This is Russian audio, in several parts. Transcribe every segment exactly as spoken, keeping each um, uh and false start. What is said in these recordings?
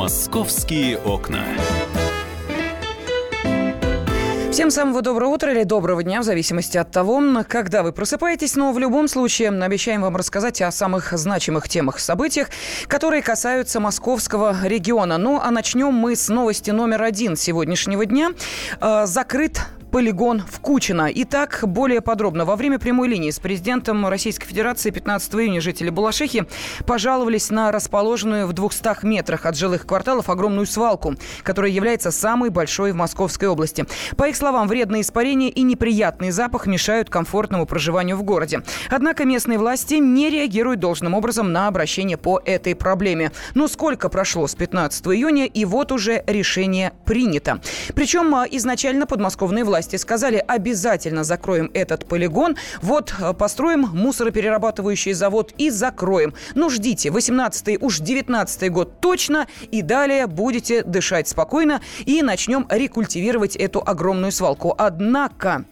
Московские окна. Всем самого доброго утра или доброго дня, в зависимости от того, когда вы просыпаетесь. Но в любом случае обещаем вам рассказать о самых значимых темах, событиях, которые касаются московского региона. Ну, а начнем мы с новости номер один сегодняшнего дня. Э, закрыт полигон в Кучино. Итак, более подробно. Во время прямой линии с президентом Российской Федерации пятнадцатого июня жители Балашихи пожаловались на расположенную в двухстах метрах от жилых кварталов огромную свалку, которая является самой большой в Московской области. По их словам, вредные испарения и неприятный запах мешают комфортному проживанию в городе. Однако местные власти не реагируют должным образом на обращение по этой проблеме. Но сколько прошло с пятнадцатого июня, и вот уже решение принято. Причем изначально подмосковные власти сказали, обязательно закроем этот полигон. Вот построим мусороперерабатывающий завод и закроем. Ну, ждите, восемнадцатый, уж девятнадцатый год точно, и далее будете дышать спокойно, и начнем рекультивировать эту огромную свалку. Однако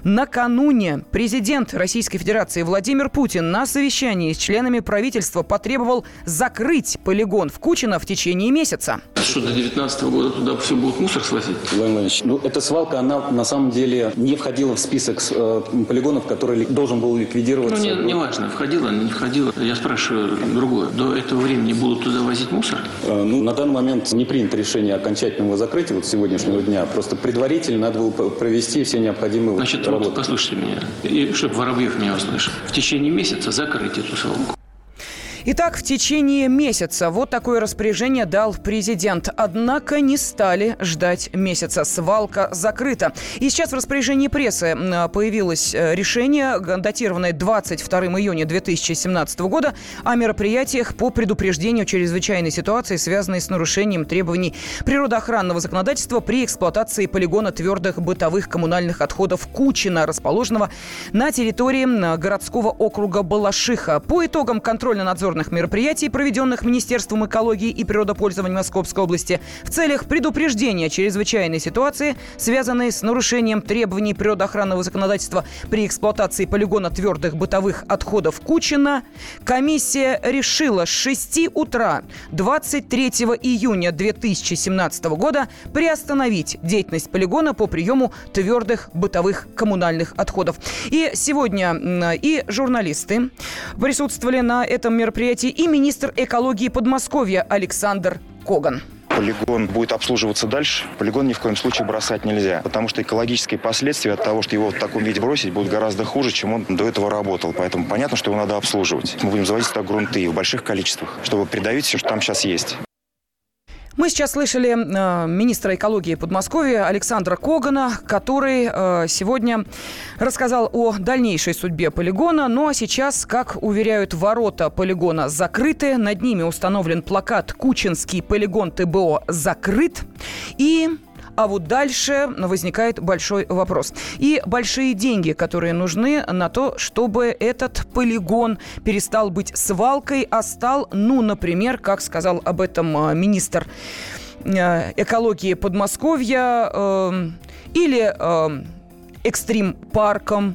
накануне президент Российской Федерации Владимир Путин на совещании с членами правительства потребовал закрыть полигон в Кучино в течение месяца. Что, до девятнадцатого года туда все будут мусор свозить? Владимир Владимирович, ну, эта свалка, она на самом деле не входила в список э, полигонов, который должен был ликвидироваться. Ну, не, не важно, входила, не входила. Я спрашиваю другое. До этого времени будут туда возить мусор? Э, ну, на данный момент не принято решение окончательного закрытия вот сегодняшнего дня. Просто предварительно надо было провести все необходимые Значит, работы. Вот, послушайте меня, и чтобы Воробьев меня услышал. В течение месяца закрыть эту свалку. Итак, в течение месяца вот такое распоряжение дал президент. Однако не стали ждать месяца. Свалка закрыта. И сейчас в распоряжении прессы появилось решение, датированное двадцать второго июня две тысячи семнадцатого года, о мероприятиях по предупреждению чрезвычайной ситуации, связанной с нарушением требований природоохранного законодательства при эксплуатации полигона твердых бытовых коммунальных отходов Кучино, расположенного на территории городского округа Балашиха. По итогам контрольно-надзорного мероприятий, проведенных Министерством экологии и природопользования Московской области в целях предупреждения чрезвычайной ситуации, связанной с нарушением требований природоохранного законодательства при эксплуатации полигона твердых бытовых отходов Кучино, комиссия решила с шести утра двадцать третьего июня две тысячи семнадцатого года приостановить деятельность полигона по приему твердых бытовых коммунальных отходов. И сегодня и журналисты присутствовали на этом мероприятии, и министр экологии Подмосковья Александр Коган. Полигон будет обслуживаться дальше. Полигон ни в коем случае бросать нельзя, потому что экологические последствия от того, что его в таком виде бросить, будут гораздо хуже, чем он до этого работал. Поэтому понятно, что его надо обслуживать. Мы будем заводить туда грунты в больших количествах, чтобы придавить все, что там сейчас есть. Мы сейчас слышали э, министра экологии Подмосковья Александра Когана, который э, сегодня рассказал о дальнейшей судьбе полигона. Ну а сейчас, как уверяют, ворота полигона закрыты. Над ними установлен плакат «Кучинский полигон ТБО закрыт». И... А вот дальше возникает большой вопрос. И большие деньги, которые нужны на то, чтобы этот полигон перестал быть свалкой, а стал, ну, например, как сказал об этом министр экологии Подмосковья, э, или э, экстрим-парком,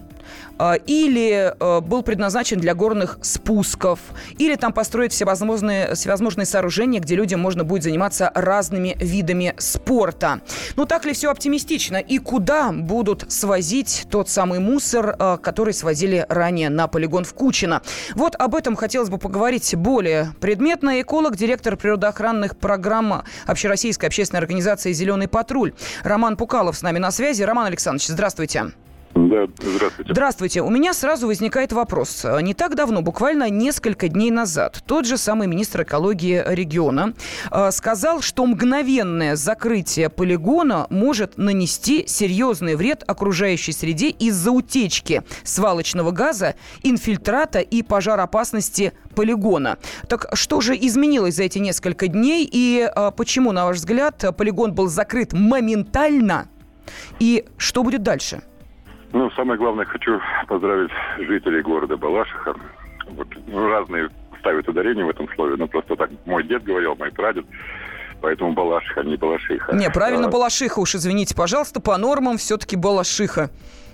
или э, был предназначен для горных спусков, или там построить всевозможные, всевозможные сооружения, где людям можно будет заниматься разными видами спорта. Ну, так ли все оптимистично? И куда будут свозить тот самый мусор, э, который свозили ранее на полигон в Кучино? Вот об этом хотелось бы поговорить более предметно. Эколог, директор природоохранных программ Общероссийской общественной организации «Зеленый патруль» Роман Пукалов с нами на связи. Роман Александрович, здравствуйте. Да, здравствуйте. Здравствуйте. У меня сразу возникает вопрос. Не так давно, буквально несколько дней назад, тот же самый министр экологии региона э, сказал, что мгновенное закрытие полигона может нанести серьезный вред окружающей среде из-за утечки свалочного газа, инфильтрата и пожароопасности полигона. Так что же изменилось за эти несколько дней и э, почему, на ваш взгляд, полигон был закрыт моментально и что будет дальше? Ну, самое главное, хочу поздравить жителей города Балашиха. Вот, ну, разные ставят ударение в этом слове, но просто так мой дед говорил, мой прадед. Поэтому Балашиха, а не Балашиха. Не, правильно, а, Балашиха уж, извините, пожалуйста, по нормам все-таки Балашиха.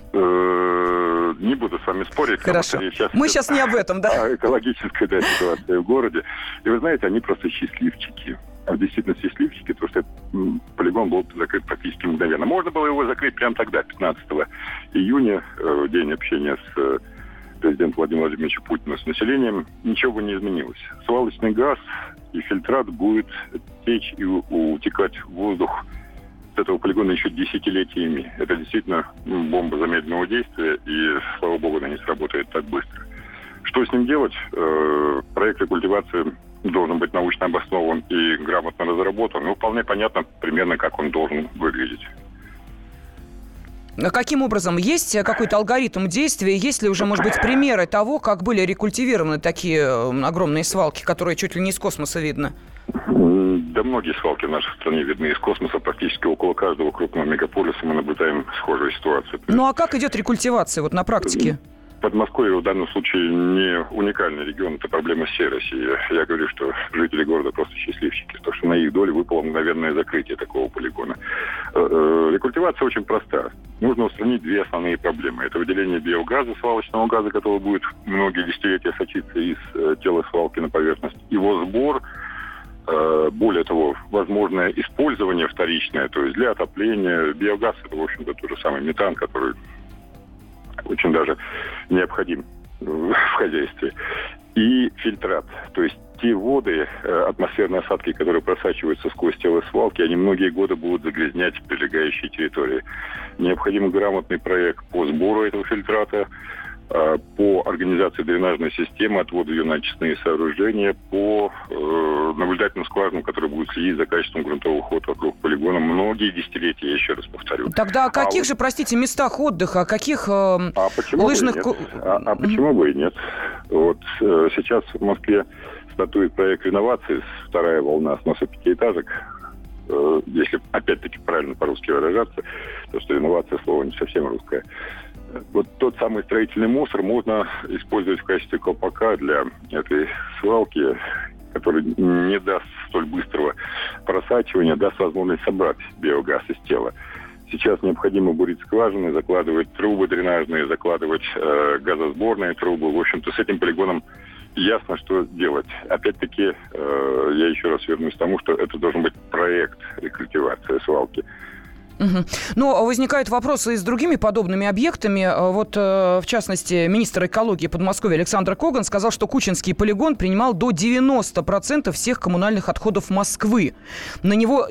Не буду с вами спорить. Хорошо. Сейчас Мы сейчас не об этом, да? Экологическая да, ситуация в городе. И вы знаете, они просто счастливчики. в действительности сливчики, потому что этот полигон был закрыт практически мгновенно. Можно было его закрыть прямо тогда, пятнадцатого июня, в день общения с президентом Владимиром Владимировичем Путиным, с населением. Ничего бы не изменилось. Свалочный газ и фильтрат будет течь и утекать в воздух с этого полигона еще десятилетиями. Это действительно бомба замедленного действия, и, слава богу, она не сработает так быстро. Что с ним делать? Проект рекультивации должен быть научно обоснован и грамотно разработан. Ну, вполне понятно примерно, как он должен выглядеть. Каким образом? Есть какой-то алгоритм действия? Есть ли уже, может быть, примеры того, как были рекультивированы такие огромные свалки, которые чуть ли не из космоса видно? Да многие свалки в нашей стране видны из космоса. Практически около каждого крупного мегаполиса мы наблюдаем схожую ситуацию. Ну а как идет рекультивация вот на практике? Подмосковье в данном случае не уникальный регион, это проблема всей России. Я говорю, что жители города просто счастливчики, потому что на их долю выпало мгновенное закрытие такого полигона. Рекультивация очень проста. Нужно устранить две основные проблемы. Это выделение биогаза, свалочного газа, который будет многие десятилетия сочиться из тела свалки на поверхность, его сбор. Более того, возможное использование вторичное, то есть для отопления. Биогаз – это, в общем-то, тот же самый метан, который очень даже необходим в хозяйстве. И фильтрат, то есть те воды, атмосферные осадки, которые просачиваются сквозь тело свалки, они многие годы будут загрязнять прилегающие территории. Необходим грамотный проект по сбору этого фильтрата, по организации дренажной системы, отводу ее на очистные сооружения, по э, наблюдательным скважинам, которые будут следить за качеством грунтовых вод вокруг полигона многие десятилетия, я еще раз повторю. Тогда о каких а же, простите, местах отдыха, о каких э, а почему лыжных... Бы и нет? А, а почему бы и нет? Вот э, сейчас в Москве стартует проект реновации, вторая волна сноса пятиэтажек. Э, если опять-таки правильно по-русски выражаться, то что реновация слово не совсем русское. Вот тот самый строительный мусор можно использовать в качестве колпака для этой свалки, который не даст столь быстрого просачивания, даст возможность собрать биогаз из тела. Сейчас необходимо бурить скважины, закладывать трубы дренажные, закладывать э, газосборные трубы. В общем-то, с этим полигоном ясно, что делать. Опять-таки, э, я еще раз вернусь к тому, что это должен быть проект рекультивации свалки. Угу. Но возникают вопросы и с другими подобными объектами. Вот, в частности, министр экологии Подмосковья Александр Коган сказал, что Кучинский полигон принимал до девяносто процентов всех коммунальных отходов Москвы. На него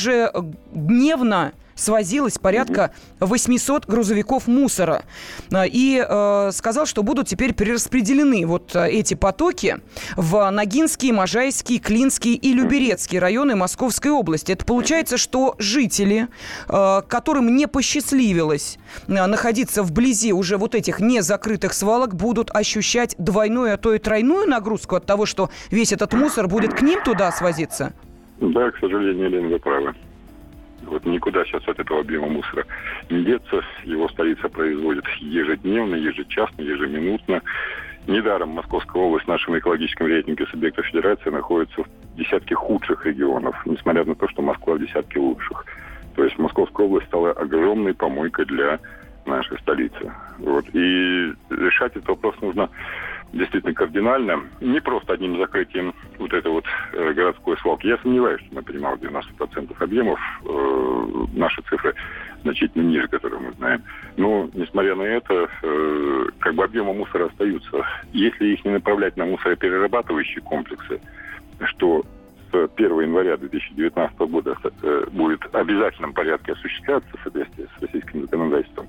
ежедневно свозилось порядка восемьсот грузовиков мусора. И э, сказал, что будут теперь перераспределены вот эти потоки в Ногинский, Можайский, Клинский и Люберецкий районы Московской области. Это получается, что жители, э, которым не посчастливилось э, находиться вблизи уже вот этих незакрытых свалок, будут ощущать двойную, а то и тройную нагрузку от того, что весь этот мусор будет к ним туда свозиться? Да, к сожалению, Лена, вы правы. Вот никуда сейчас от этого объема мусора не деться. Его столица производит ежедневно, ежечасно, ежеминутно. Недаром Московская область в нашем экологическом рейтинге субъектов федерации находится в десятке худших регионов, несмотря на то, что Москва в десятке лучших. То есть Московская область стала огромной помойкой для нашей столицы. Вот. И решать этот вопрос нужно действительно кардинально. Не просто одним закрытием вот этой вот э, городской свалки. Я сомневаюсь, что мы принимаем девяносто процентов объемов. Э, наши цифры значительно ниже, которые мы знаем. Но, несмотря на это, э, как бы объемы мусора остаются. Если их не направлять на мусороперерабатывающие комплексы, что с первого января две тысячи девятнадцатого года э, будет в обязательном порядке осуществляться в соответствии с российским законодательством,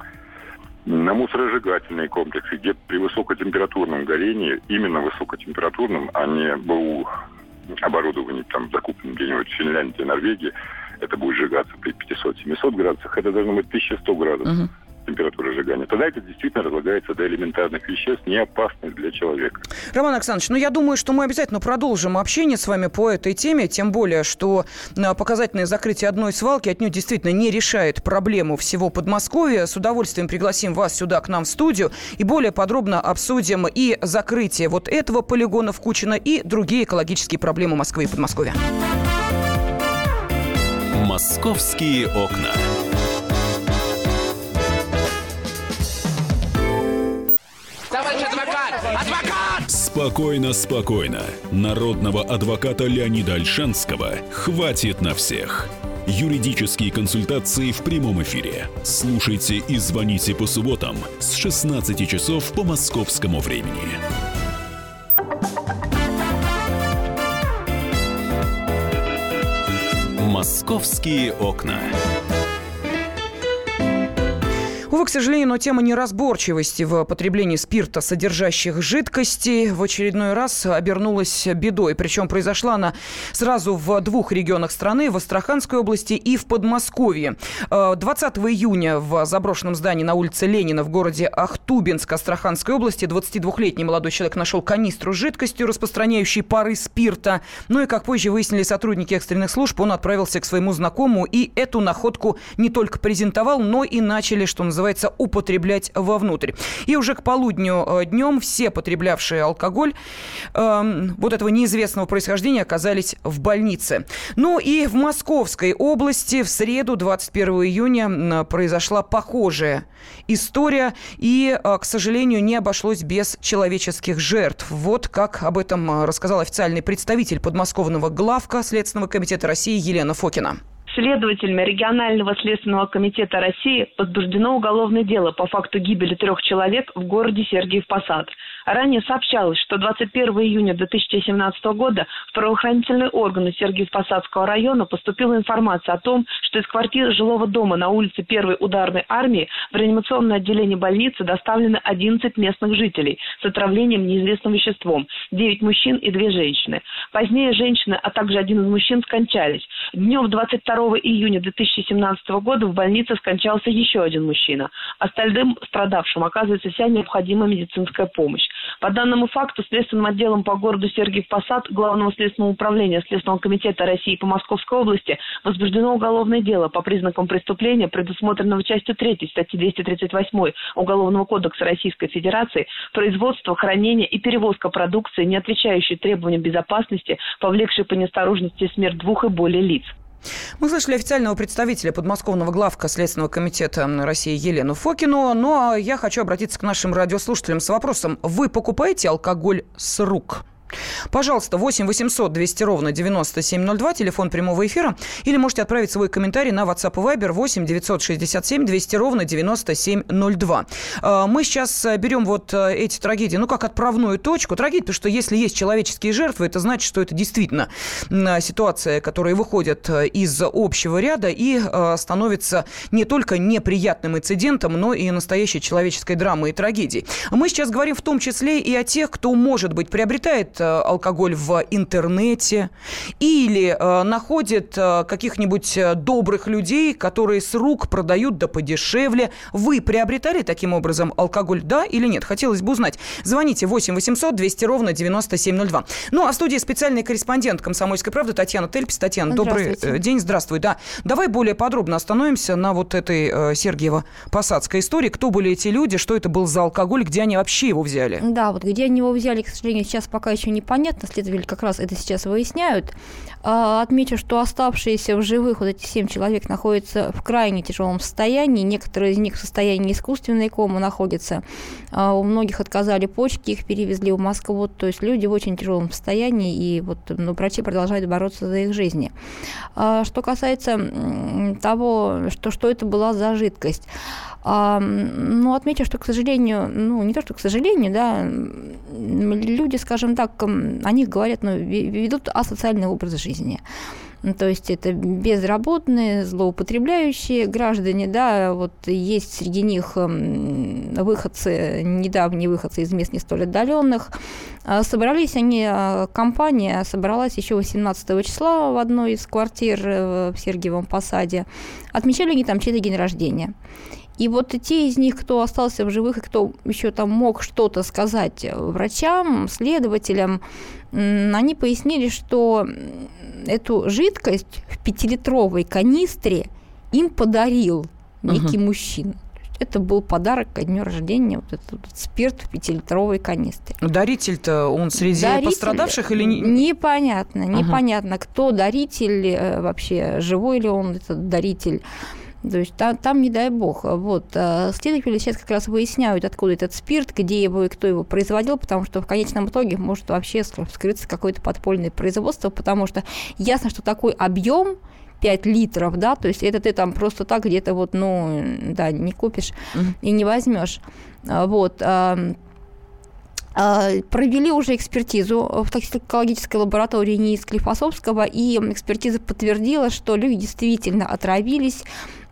на мусоросжигательные комплексы, где при высокотемпературном горении, именно высокотемпературном, а не БУ оборудовании, там, закупленном где-нибудь в Финляндии, Норвегии, это будет сжигаться при пятьсот-семьсот градусах, это должно быть тысяча сто градусов uh-huh. температура сжигания. Тогда это действительно разлагается до элементарных веществ, не опасных для человека. Роман Александрович, ну я думаю, что мы обязательно продолжим общение с вами по этой теме, тем более, что показательное закрытие одной свалки отнюдь действительно не решает проблему всего Подмосковья. С удовольствием пригласим вас сюда, к нам в студию, и более подробно обсудим и закрытие вот этого полигона в Кучино, и другие экологические проблемы Москвы и Подмосковья. «Московские окна». Товарищ адвокат! Адвокат! С Спокойно, спокойно. Народного адвоката Леонида Ольшанского хватит на всех. Юридические консультации в прямом эфире. Слушайте и звоните по субботам с шестнадцати часов по московскому времени. «Московские окна». Увы, к сожалению, но тема неразборчивости в потреблении спирта, содержащих жидкостей, в очередной раз обернулась бедой. Причем произошла она сразу в двух регионах страны, в Астраханской области и в Подмосковье. двадцатого июня в заброшенном здании на улице Ленина в городе Ахтубинск Астраханской области двадцатидвухлетний молодой человек нашел канистру с жидкостью, распространяющей пары спирта. Ну и, как позже выяснили сотрудники экстренных служб, он отправился к своему знакомому и эту находку не только презентовал, но и начали, что называется, называется, употреблять вовнутрь. И уже к полудню э, днем все потреблявшие алкоголь э, вот этого неизвестного происхождения оказались в больнице. Ну и в Московской области в среду, двадцать первого июня, произошла похожая история. И, э, к сожалению, не обошлось без человеческих жертв. Вот как об этом рассказал официальный представитель подмосковного главка Следственного комитета России Елена Фокина. Следователями регионального следственного комитета России возбуждено уголовное дело по факту гибели трех человек в городе Сергиев Посад. Ранее сообщалось, что двадцать первого июня две тысячи семнадцатого года в правоохранительные органы Сергиев-Посадского района поступила информация о том, что из квартиры жилого дома на улице Первой ударной армии в реанимационное отделение больницы доставлены одиннадцать местных жителей с отравлением неизвестным веществом, девять мужчин и две женщины. Позднее женщины, а также один из мужчин скончались. Днем двадцать второго июня две тысячи семнадцатого года в больнице скончался еще один мужчина. Остальным страдавшим оказывается вся необходимая медицинская помощь. По данному факту Следственным отделом по городу Сергиев-Посад Главного следственного управления Следственного комитета России по Московской области возбуждено уголовное дело по признакам преступления, предусмотренного частью третьей статьи двести тридцать восемь Уголовного кодекса Российской Федерации, производство, хранение и перевозка продукции, не отвечающей требованиям безопасности, повлекшей по неосторожности смерть двух и более лиц. Мы слышали официального представителя подмосковного главка Следственного комитета России Елену Фокину. Ну, а я хочу обратиться к нашим радиослушателям с вопросом. Вы покупаете алкоголь с рук? Пожалуйста, восемь восемьсот двести ровно девяносто семь ноль два, телефон прямого эфира. Или можете отправить свой комментарий на WhatsApp и Viber восемь девятьсот шестьдесят семь двести ровно девяносто семь ноль два. Мы сейчас берем вот эти трагедии, ну, как отправную точку. Трагедия, потому что если есть человеческие жертвы, это значит, что это действительно ситуация, которая выходит из общего ряда и становится не только неприятным инцидентом, но и настоящей человеческой драмой и трагедией. Мы сейчас говорим в том числе и о тех, кто, может быть, приобретает алкоголь в интернете или э, находит э, каких-нибудь добрых людей, которые с рук продают да подешевле. Вы приобретали таким образом алкоголь, да или нет? Хотелось бы узнать. Звоните восемь восемьсот двести ровно девяносто семь ноль два. Ну, а в студии специальный корреспондент «Комсомольской правды» Татьяна Тельпис. Татьяна, добрый день, здравствуй. Да. Давай более подробно остановимся на вот этой э, Сергиево-Посадской истории. Кто были эти люди, что это был за алкоголь, где они вообще его взяли? Да, вот где они его взяли, к сожалению, сейчас пока еще непонятно, следователи как раз это сейчас выясняют. Отмечу, что оставшиеся в живых вот эти семь человек находятся в крайне тяжелом состоянии. Некоторые из них в состоянии искусственной комы находятся. У многих отказали почки, их перевезли в Москву. То есть люди в очень тяжелом состоянии, и вот, ну, врачи продолжают бороться за их жизни. Что касается того, что, что это была за жидкость. Ну, отмечу, что, к сожалению, ну, не то, что к сожалению, да, люди, скажем так, о них говорят, ну, ведут асоциальный образ жизни. То есть это безработные, злоупотребляющие граждане, да, вот есть среди них выходцы, недавние выходцы из мест не столь отдаленных. Собрались они, компания собралась еще восемнадцатого числа в одной из квартир в Сергиевом Посаде. Отмечали они там чей-то день рождения. И вот те из них, кто остался в живых и кто еще там мог что-то сказать врачам, следователям, они пояснили, что эту жидкость в пятилитровой канистре им подарил некий uh-huh. мужчина. Это был подарок ко дню рождения, вот этот вот спирт в пятилитровой канистре. Даритель-то он среди даритель пострадавших или не? Непонятно, непонятно, uh-huh. кто даритель, вообще живой ли он, этот даритель. То есть там, там не дай бог. Вот. Следователи сейчас как раз выясняют, откуда этот спирт, где его и кто его производил, потому что в конечном итоге может вообще вскрыться какое-то подпольное производство, потому что ясно, что такой объем пять литров, да, то есть это ты там просто так где-то вот, ну, да, не купишь mm-hmm. и не возьмешь. Вот. Провели уже экспертизу в токсикологической лаборатории НИИ Склифосовского, и экспертиза подтвердила, что люди действительно отравились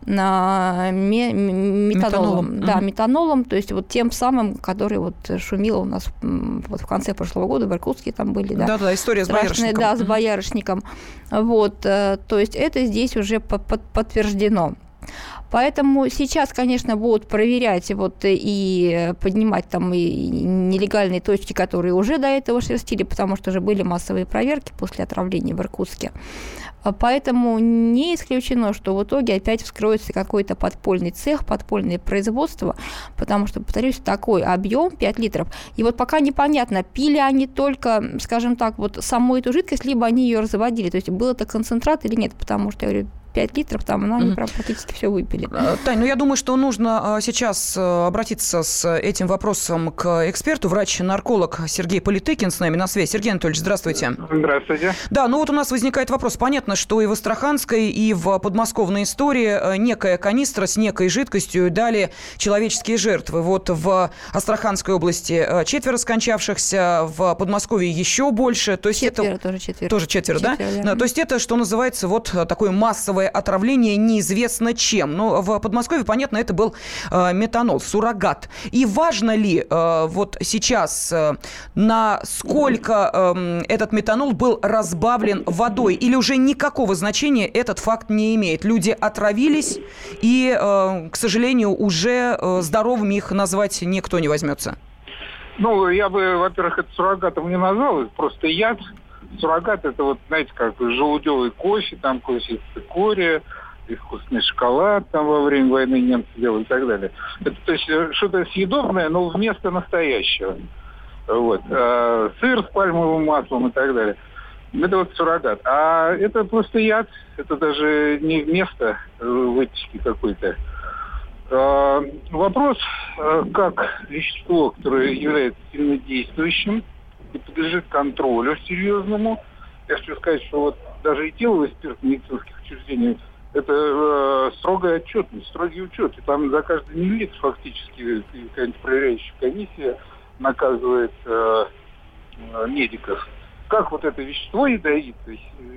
метанолом, метанолом. Да, угу. метанолом, то есть вот тем самым, который вот шумел у нас вот в конце прошлого года, в Иркутске там были, да. Да-да, история с боярышником. Да, с боярышником. Вот, то есть это здесь уже подтверждено. Поэтому сейчас, конечно, будут проверять вот и поднимать там и нелегальные точки, которые уже до этого шерстили, потому что уже были массовые проверки после отравления в Иркутске. Поэтому не исключено, что в итоге опять вскроется какой-то подпольный цех, подпольное производство, потому что, повторюсь, такой объем пять литров. И вот пока непонятно, пили они только, скажем так, вот саму эту жидкость, либо они ее разводили, то есть был это концентрат или нет, потому что, я говорю, пять литров, там, ну, они прям практически все выпили. Тань, ну, я думаю, что нужно сейчас обратиться с этим вопросом к эксперту. Врач-нарколог Сергей Политыкин с нами на связи. Сергей Анатольевич, здравствуйте. Здравствуйте. Да, ну вот у нас возникает вопрос. Понятно, что и в Астраханской, и в подмосковной истории некая канистра с некой жидкостью дали человеческие жертвы. Вот в Астраханской области четверо скончавшихся, в Подмосковье еще больше. То есть четверо, это... тоже четверо. Тоже четверо, четверо да? да? То есть это, что называется, вот такое массовое отравление неизвестно чем. Но в Подмосковье, понятно, это был э, метанол, суррогат. И важно ли э, вот сейчас, э, насколько э, этот метанол был разбавлен водой? Или уже никакого значения этот факт не имеет? Люди отравились, и, э, к сожалению, уже э, здоровыми их назвать никто не возьмется. Ну, я бы, во-первых, это суррогатом не назвал, это просто яд. Суррогат — это вот, знаете, как желудевый кофе, там кофе с цикория, и вкусный шоколад там во время войны немцы делали и так далее. Это, то есть, что-то съедобное, но вместо настоящего. Вот. А, сыр с пальмовым маслом и так далее. Это вот суррогат. А это просто яд, это даже не вместо выпечки какой-то. А, вопрос, как вещество, которое является сильнодействующим и подлежит контролю серьезному. Я хочу сказать, что вот даже этиловый спирт в медицинских учреждениях — это э, строгая отчетность, строгий учет. И там за каждый миллилитр фактически какая-нибудь проверяющая комиссия наказывает э, э, медиков. Как вот это вещество ядовитое,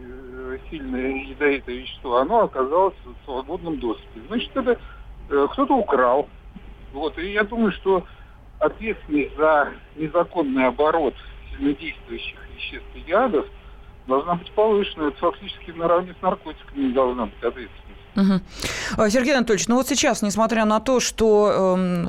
э, сильное ядовитое вещество, оно оказалось в свободном доступе. Значит, это э, кто-то украл. Вот. И я думаю, что ответственность за незаконный оборот сильнодействующих веществ и ядов должна быть повышена. Это фактически наравне с наркотиками не должна быть ответственность. Угу. Сергей Анатольевич, ну вот сейчас, несмотря на то, что э,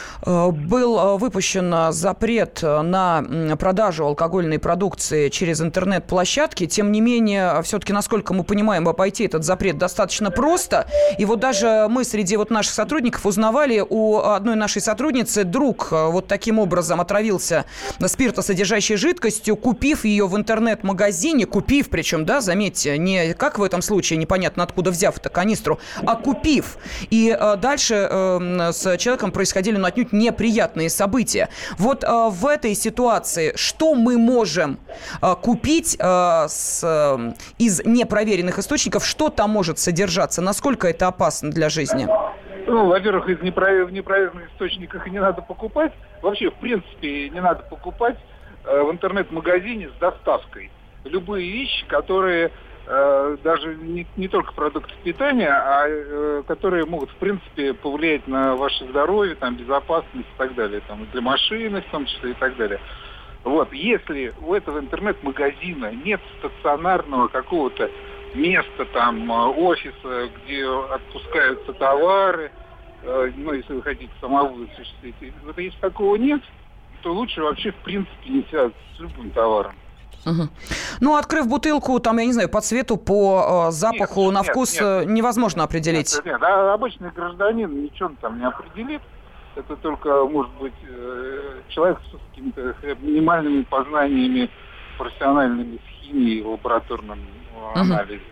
э, был выпущен запрет на продажу алкогольной продукции через интернет-площадки, тем не менее, все-таки, насколько мы понимаем, обойти этот запрет достаточно просто. И вот даже мы среди вот наших сотрудников узнавали, у одной нашей сотрудницы друг вот таким образом отравился спиртосодержащей жидкостью, купив ее в интернет-магазине, купив причем, да, заметьте, не как в этом случае, непонятно откуда взяв это канистру, а купив. И э, дальше э, с человеком происходили, ну, отнюдь неприятные события. Вот э, в этой ситуации что мы можем э, купить э, с, э, из непроверенных источников, что там может содержаться, насколько это опасно для жизни? Ну, во-первых, из неправ... в неправильных источниках не надо покупать. Вообще, в принципе, не надо покупать э, в интернет-магазине с доставкой любые вещи, которые э, даже не, не только продукты питания, а э, которые могут, в принципе, повлиять на ваше здоровье, там, безопасность и так далее, там, для машины в том числе и так далее. Вот, если у этого интернет-магазина нет стационарного какого-то места, там, офиса, где отпускаются товары, э, ну, если вы хотите самовывоз осуществить, вот если такого нет, то лучше вообще, в принципе, не связываться с любым товаром. Угу. Ну, открыв бутылку, там, я не знаю, по цвету, по э, запаху, нет, на нет, вкус нет. невозможно определить. Нет, нет, а обычный гражданин ничего там не определит. Это только, может быть, э, человек с какими-то минимальными познаниями профессиональными с химией в лабораторном э, анализе.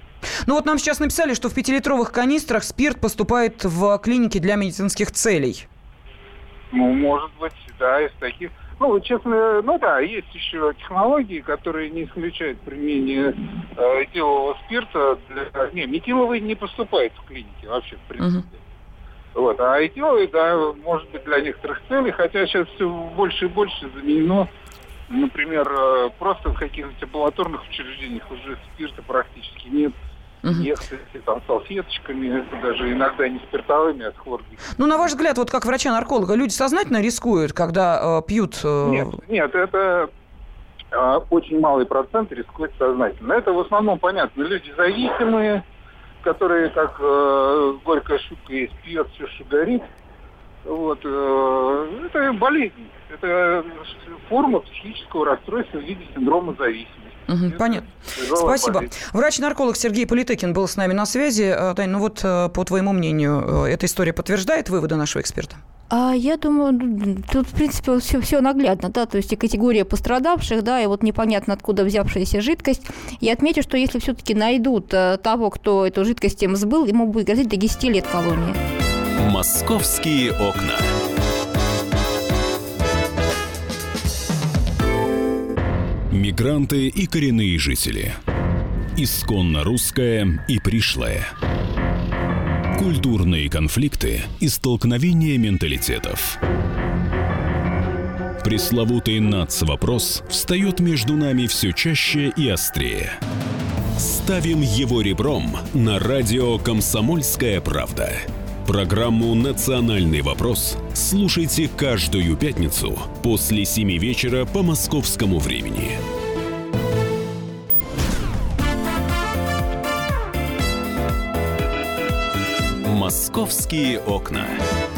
Ну вот нам сейчас написали, что в пятилитровых канистрах спирт поступает в клиники для медицинских целей. Ну, может быть, да, из таких... Ну, честно, ну да, есть еще технологии, которые не исключают применение э, этилового спирта. Для... Не, метиловый не поступает в клинике вообще, в принципе. Uh-huh. Вот. А этиловый, да, может быть, для некоторых целей, хотя сейчас все больше и больше заменено. Например, э, просто в каких-нибудь амбулаторных учреждениях уже спирта практически нет. Uh-huh. Ехать там салфеточками, даже иногда не спиртовыми, а с хлоргексидом. Ну, на ваш взгляд, вот как врача-нарколога, люди сознательно рискуют, когда э, пьют? Э... Нет, нет, это э, очень малый процент рискует сознательно. Это в основном, понятно, люди зависимые, которые, как э, горькая шутка есть, пьет все, что горит. Вот, э, это болезнь, это форма психического расстройства в виде синдрома зависимости. Угу, понятно. Спасибо. Болезнь. Врач-нарколог Сергей Политыкин был с нами на связи. Тань, ну вот, по твоему мнению, эта история подтверждает выводы нашего эксперта? А я думаю, тут, в принципе, все, все наглядно, да, то есть и категория пострадавших, да, и вот непонятно, откуда взявшаяся жидкость. Я отмечу, что если все-таки найдут того, кто эту жидкость им сбыл, ему будет грозить до десяти лет колонии. «Московские окна». Мигранты и коренные жители. Исконно русское и пришлое. Культурные конфликты и столкновения менталитетов. Пресловутый нацвопрос встает между нами все чаще и острее. Ставим его ребром на радио «Комсомольская правда». Программу «Национальный вопрос» слушайте каждую пятницу после семи вечера по московскому времени. «Московские окна».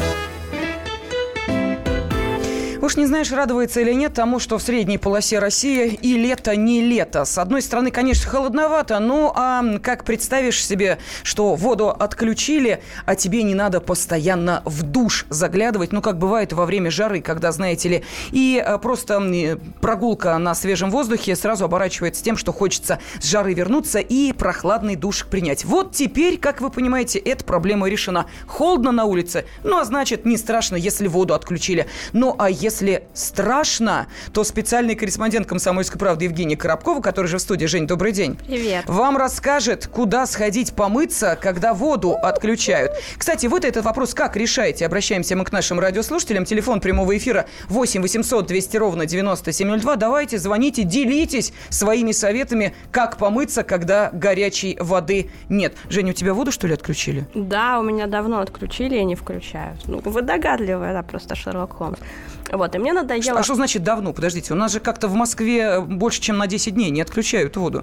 Уж не знаешь, радоваться или нет тому, что в средней полосе России и лето не лето. С одной стороны, конечно, холодновато, ну а как представишь себе, что воду отключили, а тебе не надо постоянно в душ заглядывать, ну как бывает во время жары, когда, знаете ли, и просто прогулка на свежем воздухе сразу оборачивается тем, что хочется с жары вернуться и прохладный душ принять. Вот теперь, как вы понимаете, эта проблема решена. Холодно на улице, ну а значит, не страшно, если воду отключили. Ну а если Если страшно, то специальный корреспондент «Комсомольской правды» Евгения Коробкова, который же в студии. Жень, добрый день. Привет. Вам расскажет, куда сходить помыться, когда воду отключают. Кстати, вы-то этот вопрос как решаете? Обращаемся мы к нашим радиослушателям. Телефон прямого эфира восемь восемьсот двести ровно девяносто семь ноль два. Давайте, звоните, делитесь своими советами, как помыться, когда горячей воды нет. Женя, у тебя воду, что ли, отключили? Да, у меня давно отключили, я не включаю. Ну, вы догадливая, да, просто Шерлок Холмс. Вот, и мне надоело... А что значит давно? Подождите, у нас же как-то в Москве больше, чем на десять дней не отключают воду.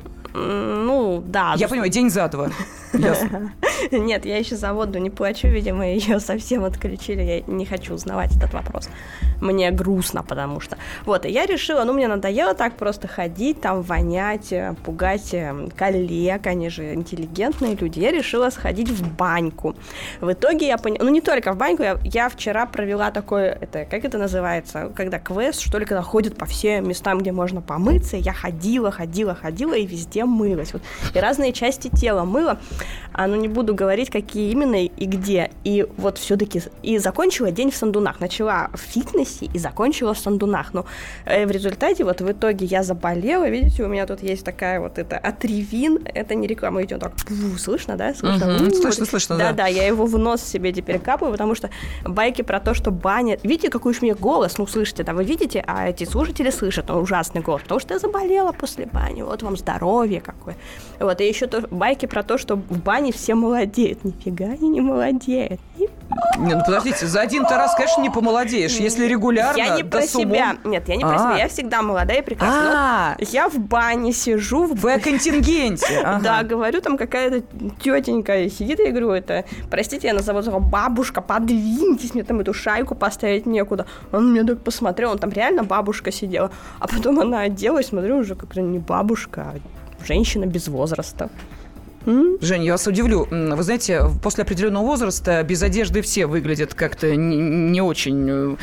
Ну, да. Я понимаю, день за два. Ясно. Нет, я еще за воду не плачу, видимо, ее совсем отключили. Я не хочу узнавать этот вопрос. Мне грустно, потому что... Вот, и я решила, ну, мне надоело так просто ходить, там, вонять, пугать коллег, они же интеллигентные люди. Я решила сходить в баньку. В итоге я поняла... Ну, не только в баньку, я, я вчера провела такое... Это, как это называется? Когда квест, что ли, когда ходят по всем местам, где можно помыться. Я ходила, ходила, ходила и везде мылась. Вот. И разные части тела мыла. А, ну, не буду говорить, какие именно и где. И вот все-таки... И закончила день в Сандунах. Начала в фитнесе и закончила в Сандунах. Но э, в результате вот в итоге я заболела. Видите, у меня тут есть такая вот это Атривин. Это не реклама. Идет так... Слышно, да? Слышно, uh-huh. слышно, слышно, да. Да-да, я его в нос себе теперь капаю, потому что байки про то, что баня... Видите, какой уж у меня голос? Ну, слышите, да, вы видите, а эти слушатели слышат, он ужасный голос, потому что я заболела после бани, вот вам здоровье какое. Вот, и еще то, байки про то, что в бане все молодеют. Нифига они не молодеют. Не, ну подождите, за один-то раз, конечно, не помолодеешь, если регулярно. Я не да про с умом. себя. Нет, я не про себя. Я всегда молодая и прекрасная. Я в бане сижу. Вы о контингенте. Да, говорю, там какая-то тетенька сидит, я говорю, это, простите, я назову его бабушка, подвиньтесь, мне там эту шайку поставить некуда. Он мне так посмотрел, он там реально бабушка сидела. А потом она оделась, смотрю, уже как-то не бабушка, а женщина без возраста. М? Жень, я вас удивлю. Вы знаете, после определенного возраста без одежды все выглядят как-то не, не очень...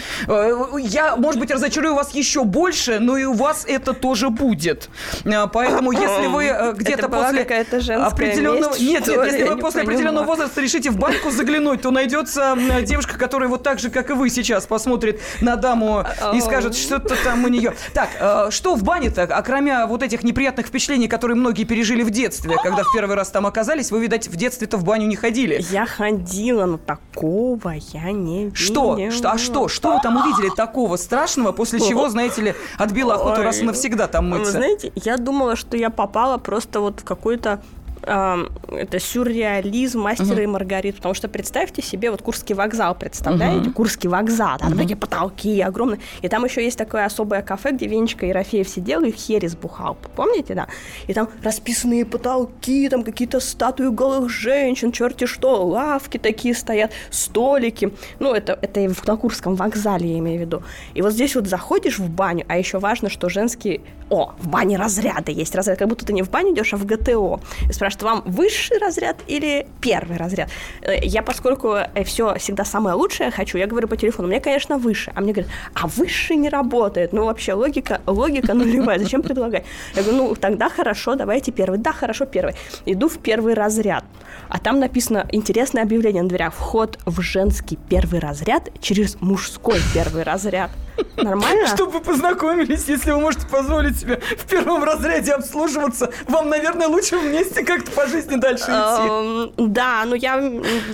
Я, может быть, разочарую вас еще больше, но и у вас это тоже будет. Поэтому, если вы где-то после определенного... Месть, нет, нет, если вы не после понимаю. определенного возраста решите в баньку заглянуть, то найдется девушка, которая вот так же, как и вы сейчас, посмотрит на даму и скажет, что-то там у нее. Так, что в бане-то, окромя вот этих неприятных впечатлений, которые многие пережили в детстве, когда в первый раз там оказались, вы, видать, в детстве-то в баню не ходили. Я ходила, но такого я не видела. Что? Что? А что? Что вы там увидели такого страшного, после чего, знаете ли, отбила охоту раз и навсегда там мыться? Вы знаете, я думала, что я попала просто вот в какой-то Uh, это сюрреализм «Мастера uh-huh. и Маргариты», потому что представьте себе вот Курский вокзал, представляете? Uh-huh. Курский вокзал, там uh-huh. такие потолки огромные, и там еще есть такое особое кафе, где Венечка Ерофеев сидел и херес бухал, помните, да? И там расписанные потолки, там какие-то статуи голых женщин, черти что, лавки такие стоят, столики, ну это, это и на Курском вокзале, я имею в виду. И вот здесь вот заходишь в баню, а еще важно, что женские... О, в бане разряды есть, разряд, как будто ты не в баню идешь, а в ГТО. И спрашивают, что вам высший разряд или первый разряд? Я, поскольку все всегда самое лучшее хочу, я говорю по телефону, мне, конечно, выше. А мне говорят, а высший не работает. Ну, вообще, логика, логика нулевая. Зачем предлагать? Я говорю, ну, тогда хорошо, давайте первый. Да, хорошо, первый. Иду в первый разряд. А там написано интересное объявление на дверях. Вход в женский первый разряд через мужской первый разряд. Нормально? Чтобы вы познакомились, если вы можете позволить себе в первом разряде обслуживаться, вам, наверное, лучше вместе как-то по жизни дальше идти. Да, но я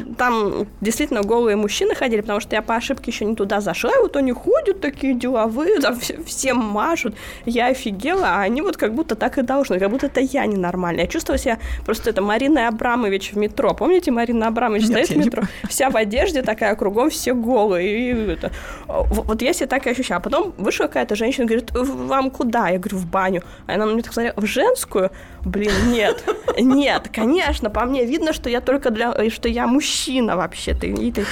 там действительно голые мужчины ходили, потому что я по ошибке еще не туда зашла, и вот они ходят такие деловые, там всем машут. Я офигела, а они вот как будто так и должны, как будто это я ненормальная. Я чувствовала себя просто это Марина Абрамович в метро. Помните, Марина Абрамович Нет, стоит в метро, не... вся в одежде такая, кругом все голые. И это... Вот я себя так и ощущала. А потом вышла какая-то женщина, говорит, вам куда? Я говорю, в баню. А она на меня так смотрела, в женскую? Блин, нет, нет, конечно, по мне видно, что я только для, что я мужчина вообще-то, и, и,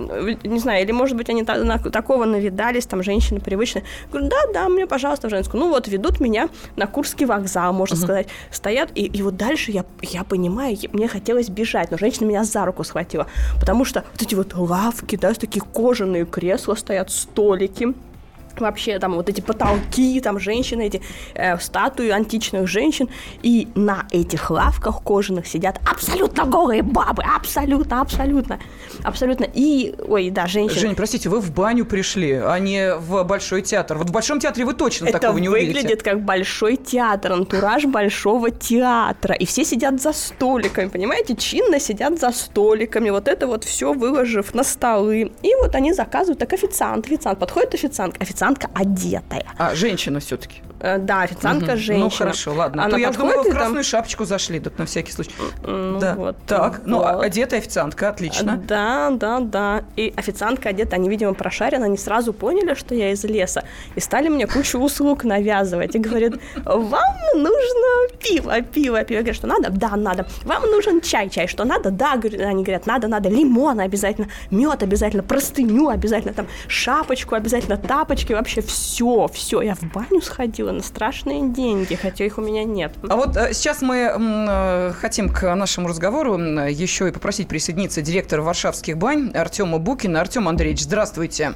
не знаю, или, может быть, они та, на, такого навидались, там, женщины привычные. Говорю, да-да, мне, пожалуйста, в женскую. Ну, вот, ведут меня на Курский вокзал, можно uh-huh. сказать, стоят, и, и вот дальше я, я понимаю, мне хотелось бежать, но женщина меня за руку схватила, потому что вот эти вот лавки, да, такие кожаные кресла стоят, столики, вообще там вот эти потолки, там женщины, эти э, статуи античных женщин, и на этих лавках кожаных сидят абсолютно голые бабы, абсолютно, абсолютно, абсолютно, и, ой, да, женщины. Жень, простите, вы в баню пришли, а не в Большой театр. Вот в Большом театре вы точно это такого не увидите. Это выглядит как Большой театр, антураж Большого театра, и все сидят за столиками, понимаете, чинно сидят за столиками, вот это вот все выложив на столы, и вот они заказывают, так официант, официант, подходит официант, официант одетая. А, женщина все-таки? Да, официантка угу. женщина. Ну, хорошо, ладно. Она то я думала, в красную там... шапочку зашли, тут на всякий случай. Ну, да. вот. Так, вот. ну, одетая официантка, отлично. Да, да, да. И официантка одета, они, видимо, прошарены, они сразу поняли, что я из леса, и стали мне кучу услуг навязывать. И говорят, вам нужно пиво, пиво, пиво. Я говорю, что надо? Да, надо. Вам нужен чай, чай, что надо? Да, они говорят, надо, надо. Лимон обязательно, мед обязательно, простыню обязательно, там, шапочку обязательно, тапочки, вообще все, все. Я в баню сходила на страшные деньги, хотя их у меня нет. А вот э, сейчас мы э, хотим к нашему разговору э, еще и попросить присоединиться директора Варшавских бань Артема Букина. Артем Андреевич, здравствуйте.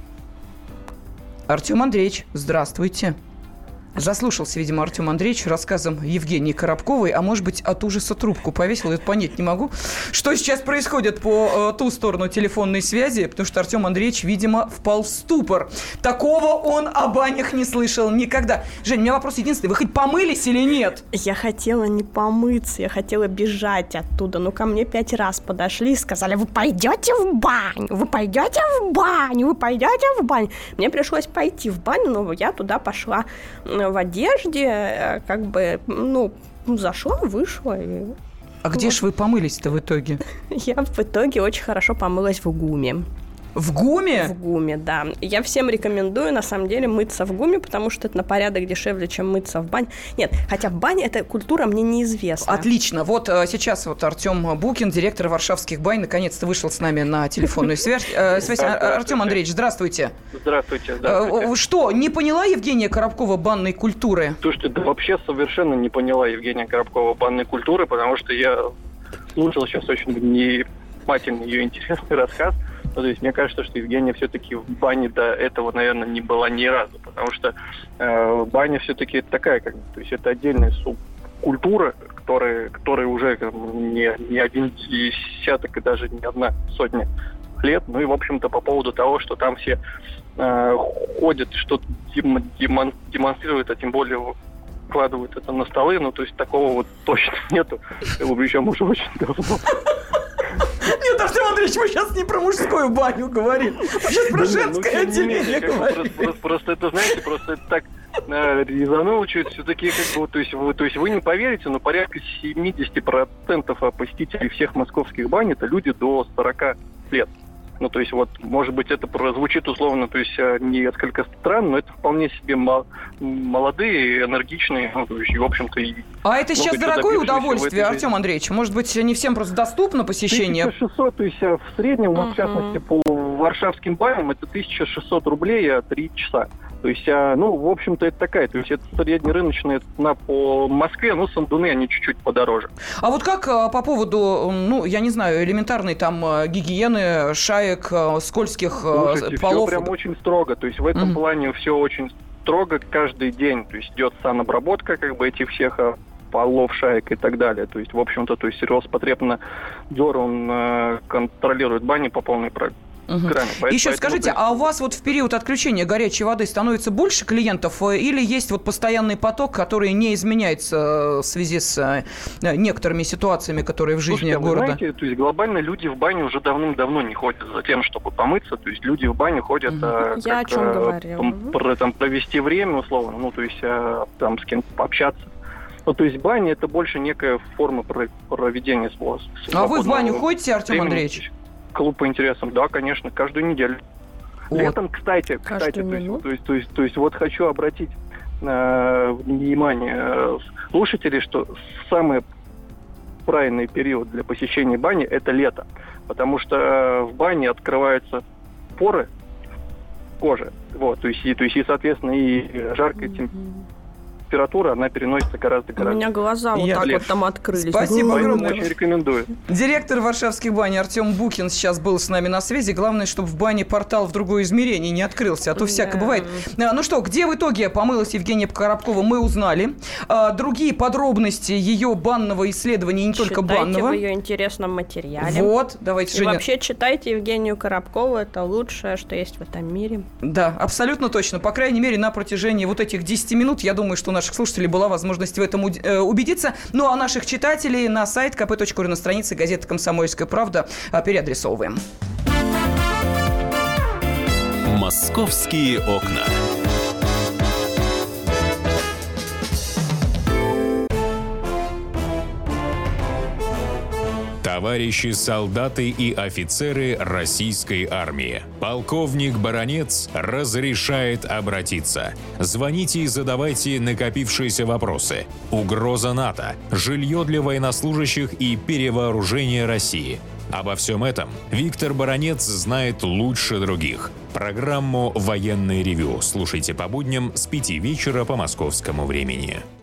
Артем Андреевич, здравствуйте. Заслушался, видимо, Артем Андреевич рассказом Евгении Коробковой, а может быть, от ужаса трубку повесил, я понять не могу. Что сейчас происходит по э, ту сторону телефонной связи, потому что Артем Андреевич, видимо, впал в ступор. Такого он о банях не слышал никогда. Жень, у меня вопрос единственный, вы хоть помылись или нет? Я хотела не помыться, я хотела бежать оттуда, но ко мне пять раз подошли и сказали, вы пойдете в баню, вы пойдете в баню, вы пойдете в баню. Мне пришлось пойти в баню, но я туда пошла в одежде, как бы, ну, зашла, вышла. И... А где ж вы помылись-то в итоге? Я в итоге очень хорошо помылась в ГУМе. В ГУМе? В ГУМе, да. Я всем рекомендую, на самом деле, мыться в ГУМе, потому что это на порядок дешевле, чем мыться в бане. Нет, хотя в бане эта культура мне неизвестна. Отлично. Вот а, сейчас вот Артем Букин, директор Варшавских бань, наконец-то вышел с нами на телефонную связь. Артем Андреевич, здравствуйте. Здравствуйте. здравствуйте. Что, не поняла Евгения Коробкова банной культуры? Слушайте, да вообще совершенно не поняла Евгения Коробкова банной культуры, потому что я слушал сейчас очень внимательно ее интересный рассказ. Ну, то есть мне кажется, что Евгения все-таки в бане до этого, наверное, не была ни разу, потому что э, баня все-таки это такая, как бы, то есть это отдельная субкультура, которая, которая уже как бы, не, не один десяток и даже не одна сотня лет. Ну и, в общем-то, по поводу того, что там все э, ходят, что-то дем, демон, демонстрируют, а тем более вкладывают это на столы, ну, то есть такого вот точно нету, причем уже очень давно. Нет, Артем Андреевич, мы сейчас не про мужскую баню говорим, мы сейчас про женское отделение говорим. Просто это, знаете, просто это так резануло чуть все-таки, как бы, то есть вы, то есть вы не поверите, но порядка семьдесят процентов посетителей всех московских бань это люди до сорока лет. Ну, то есть, вот, может быть, это прозвучит условно, то есть, несколько странно, но это вполне себе молодые, энергичные, ну, то есть, в общем-то, и... А это сейчас дорогое удовольствие, Артем Андреевич? Может быть, не всем просто доступно посещение? тысяча шестьсот, то есть, в среднем, uh-huh. в частности, по варшавским баням, это тысяча шестьсот рублей, а три часа. То есть, ну, в общем-то, это такая, то есть, это среднерыночная цена по Москве, ну, сандуны, они чуть-чуть подороже. А вот как по поводу, ну, я не знаю, элементарной там гигиены, шаек, скользких Слушайте, полов? Все прям очень строго, то есть, в этом mm-hmm. плане все очень строго каждый день, то есть, идет санобработка, как бы, этих всех полов, шаек и так далее. То есть, в общем-то, то есть, Роспотребнадзор, он э, контролирует бани по полной программе. Угу. Еще поэтому, скажите, есть... а у вас вот в период отключения горячей воды становится больше клиентов или есть вот постоянный поток, который не изменяется в связи с некоторыми ситуациями, которые в жизни Слушайте, города? Вы знаете, то есть глобально люди в баню уже давным-давно не ходят за тем, чтобы помыться, то есть люди в баню ходят угу. а, Я как, о чем а, говорила. Про, там, провести время условно, ну то есть а, там с кем-то пообщаться. Ну, то есть баня это больше некая форма проведения свободного. А вы в баню ходите, Артем времени? Андреевич? Клуб по интересам, да, конечно, каждую неделю. Вот. Летом, кстати, кстати, то есть, то есть, то есть, то есть, вот хочу обратить э, внимание слушателей, что самый правильный период для посещения бани это лето, потому что в бане открываются поры кожи, вот, то есть, и, то есть, и соответственно, и жаркая температура. температура, она переносится гораздо-гораздо. У меня глаза вот так вот там открылись. Спасибо огромное. Очень рекомендую. Директор Варшавских бань Артем Букин сейчас был с нами на связи. Главное, чтобы в бане портал в другое измерение не открылся, а то всякое бывает. Ну что, где в итоге помылась Евгения Коробкова, мы узнали. Другие подробности ее банного исследования, не только банного. Читайте в ее интересном материале. Вот, давайте, И Женя. вообще читайте Евгению Коробкову, это лучшее, что есть в этом мире. Да, абсолютно точно. По крайней мере, на протяжении вот этих десяти минут, я думаю, что у наших слушателей была возможность в этом убедиться. Ну, а наших читателей на сайт ка пэ точка ру, на странице газеты «Комсомольская правда» переадресовываем. «Московские окна». Товарищи солдаты и офицеры российской армии. Полковник Баранец разрешает обратиться. Звоните и задавайте накопившиеся вопросы. Угроза НАТО, жилье для военнослужащих и перевооружение России. Обо всем этом Виктор Баранец знает лучше других. Программу «Военное ревю» слушайте по будням с пяти вечера по московскому времени.